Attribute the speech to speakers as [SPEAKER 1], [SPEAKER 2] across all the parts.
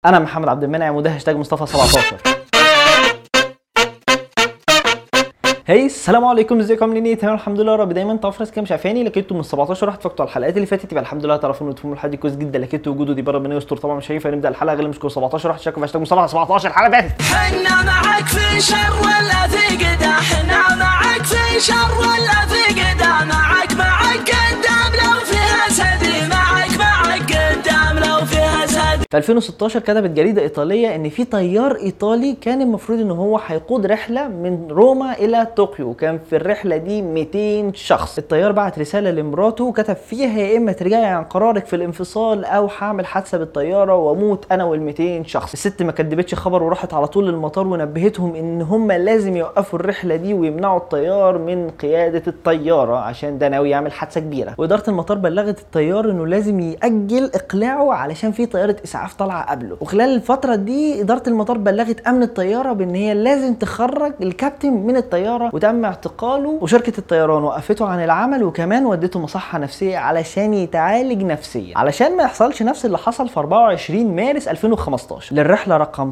[SPEAKER 1] انا محمد عبد المنعم وده هاشتاج مصطفى 17. هاي السلام عليكم، ازيكم عاملين ايه؟ تمام الحمد لله. رب دايما طفرس كده مش عارفاني. لكنتوا من 17 رحت فكتوا على الحلقات اللي فاتت، يبقى الحمد لله تعرفوا ان تفهموا الحلقه دي كويس جدا. لكنتوا وجوده دي بره ربنا يستر طبعا، مش هينفع نبدا الحلقه غير مش كل 17 رحت شاركوا في هاشتاج مصطفى 17 الحلقه فاتت.
[SPEAKER 2] حنا معاك في شر ولا في قدا، حنا معاك في شر ولا في قدا، معاك قدام لو فيها سدي، معاك قدام لو فيها سدي.
[SPEAKER 1] في 2016 كتبت جريده ايطاليه ان في طيار ايطالي كان المفروض ان هو هيقود رحله من روما الى طوكيو، وكان في الرحله دي 200 شخص. الطيار بعت رساله لمراته وكتب فيها يا اما ترجعي عن قرارك في الانفصال او هعمل حادثه بالطياره واموت انا وال200 شخص. الست ما كدبتش خبر وراحت على طول للمطار ونبهتهم ان هم لازم يوقفوا الرحله دي ويمنعوا الطيار من قياده الطياره عشان ده ناوي يعمل حادثه كبيره. واداره المطار بلغت الطيار انه لازم ياجل اقلاعه علشان في طياره اسعاف طالعه قبله. وخلال الفتره دي اداره المطار بلغت امن الطياره بان هي لازم تخرج الكابتن من الطياره، وتم اعتقاله. وشركه الطيران وقفته عن العمل وكمان ودته مصحه نفسيه علشان يتعالج نفسيا، علشان ما يحصلش نفس اللي حصل في 24 مارس 2015 للرحله رقم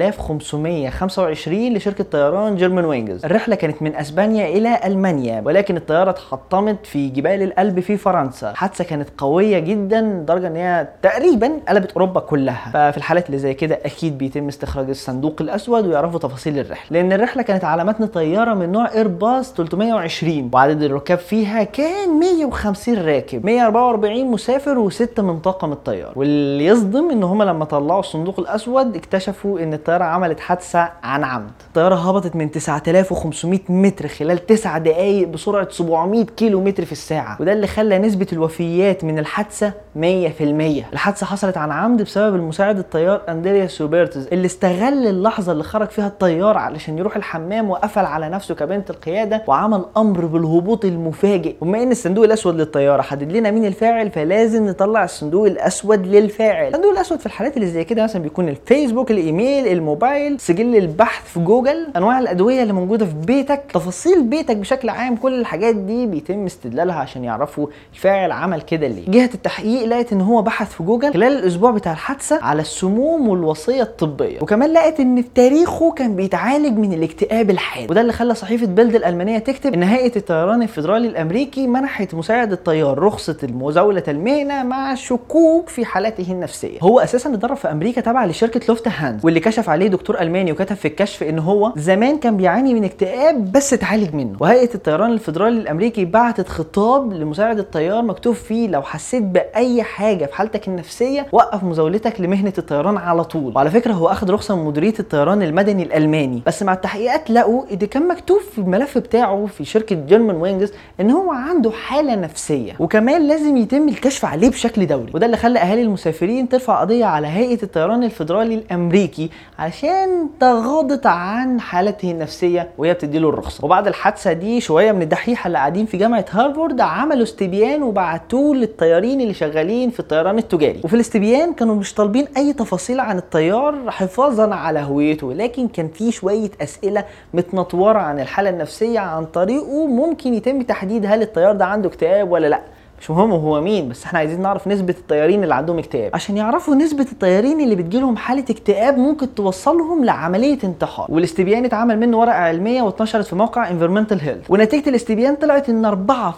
[SPEAKER 1] 9525 لشركه طيران جيرمان وينجز. الرحله كانت من اسبانيا الى المانيا، ولكن الطياره اتحطمت في جبال الألب في فرنسا. حادثه كانت قويه جدا لدرجه ان هي تقريبا قلبت اوروبا كلها. ففي الحالات اللي زي كده اكيد بيتم استخراج الصندوق الاسود ويعرفوا تفاصيل الرحله، لان الرحله كانت على متن طياره من نوع ايرباص 320 وعدد الركاب فيها كان 150 راكب، 144 مسافر و6 من طاقم الطيار. واللي يصدم ان هم لما طلعوا الصندوق الاسود اكتشفوا ان الطياره عملت حادثه عن عمد. الطياره هبطت من 9500 متر خلال 9 دقائق بسرعه 700 كيلو متر في الساعه، وده اللي خلى نسبه الوفيات من الحادثه 100%. الحادثه حصلت عن عمد بسبب المساعد الطيار اندريا سوبرتز اللي استغل اللحظه اللي خرج فيها الطيار علشان يروح الحمام وقفل على نفسه كابينه القياده وعمل امر بالهبوط المفاجئ. وبما ان الصندوق الاسود للطياره حدد لنا مين الفاعل، فلازم نطلع الصندوق الاسود للفاعل. الصندوق الاسود في الحالات اللي زي كده مثلا بيكون الفيسبوك، الايميل، الموبايل، سجل البحث في جوجل، انواع الادويه اللي موجوده في بيتك، تفاصيل بيتك بشكل عام. كل الحاجات دي بيتم استدلالها عشان يعرفوا الفاعل عمل كده ليه. جهه التحقيق لقت ان هو بحث في جوجل خلال الاسبوع بتاع الحادثه على السموم والوصيه الطبيه، وكمان لقت ان في تاريخه كان بيتعالج من الاكتئاب الحاد. وده اللي خلى صحيفه بيلد الالمانيه تكتب ان هيئه الطيران الفيدرالي الامريكي منحت مساعد الطيار رخصه مزاوله المهنه مع شكوك في حالته النفسيه. هو اساسا اتدرب في امريكا تابع لشركه لوفت هانز، واللي كشف عليه دكتور الماني وكتب في الكشف ان هو زمان كان بيعاني من اكتئاب بس اتعالج منه. وهيئه الطيران الفيدرالي الامريكي بعتت خطاب لمساعد الطيار مكتوب فيه لو حسيت باي حاجه في حالتك النفسيه وقف مزاولتك لمهنه الطيران على طول. وعلى فكره هو اخذ رخصه من مديريه الطيران المدني الالماني، بس مع التحقيقات لقوا ان كان مكتوب في الملف بتاعه في شركه جيرمان وينجز ان هو عنده حاله نفسيه، وكمان لازم يتم الكشف عليه بشكل دوري. وده اللي خلى اهالي المسافرين ترفع قضيه على هيئه الطيران الفيدرالي الامريكي علشان تغاضت عن حالته النفسيه وهي بتديله الرخصه. وبعد الحادثه دي شويه من الدحيحه اللي قاعدين في جامعه هارفارد عملوا استبيان وبعتوه للطيارين اللي شغالين في الطيران التجاري. وفي الاستبيان كانوا مش طالبين اي تفاصيل عن الطيار حفاظا على هويته، لكن كان في شويه اسئله متنطوره عن الحاله النفسيه عن طريقه ممكن يتم تحديد هل الطيار ده عنده اكتئاب ولا لا. مش مهم هو مين، بس احنا عايزين نعرف نسبة الطيارين اللي عندهم اكتئاب عشان يعرفوا نسبة الطيارين اللي بتجيلهم حالة اكتئاب ممكن توصلهم لعملية انتحار. والاستبيان اتعمل منه ورقة علمية واتنشرت في موقع Environmental Health، ونتيجة الاستبيان طلعت ان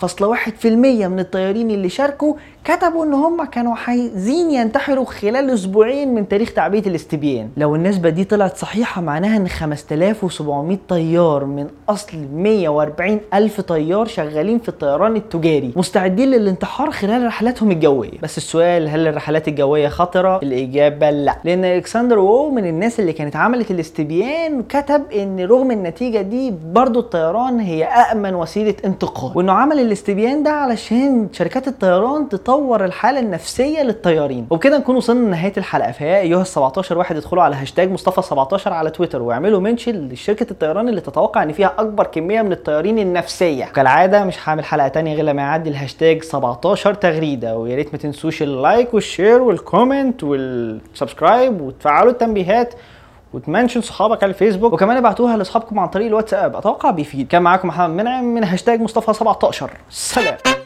[SPEAKER 1] 4.1% من الطيارين اللي شاركوا كتبوا ان هم كانوا عايزين ينتحروا خلال اسبوعين من تاريخ تعبئة الاستبيان. لو النسبة دي طلعت صحيحة معناها ان 5700 طيار من اصل 140,000 طيار شغالين في الطيران التجاري مستعدين للانتحار خلال رحلاتهم الجوية. بس السؤال، هل الرحلات الجوية خطرة؟ الإجابة لا، لأن إكسندر وو من الناس اللي كانت عملت الاستبيان كتب إن رغم النتيجة دي برضو الطيران هي أأمن وسيلة انتقال، وإنه عمل الاستبيان ده علشان شركات الطيران تطور الحالة النفسية للطيارين. وبكده نكون وصلنا لنهاية الحلقة. فيا أيها ال17 واحد ادخلوا على هاشتاج مصطفى 17 على تويتر واعملوا منشن لشركة الطيران اللي تتوقع إن فيها أكبر كمية من الطيارين النفسية. كالعادة مش هعمل حلقة تانية غير لما يعدي الهاشتاج 17 تغريده. ويا ريت ما تنسوش اللايك والشير والكومنت والسبسكرايب وتفعلوا التنبيهات وتمنشن صحابك على الفيسبوك، وكمان ابعتوها لاصحابكم عن طريق الواتساب. اتوقع بيفيد. كان معاكم محمد منعم من هاشتاج مصطفى 17. سلام.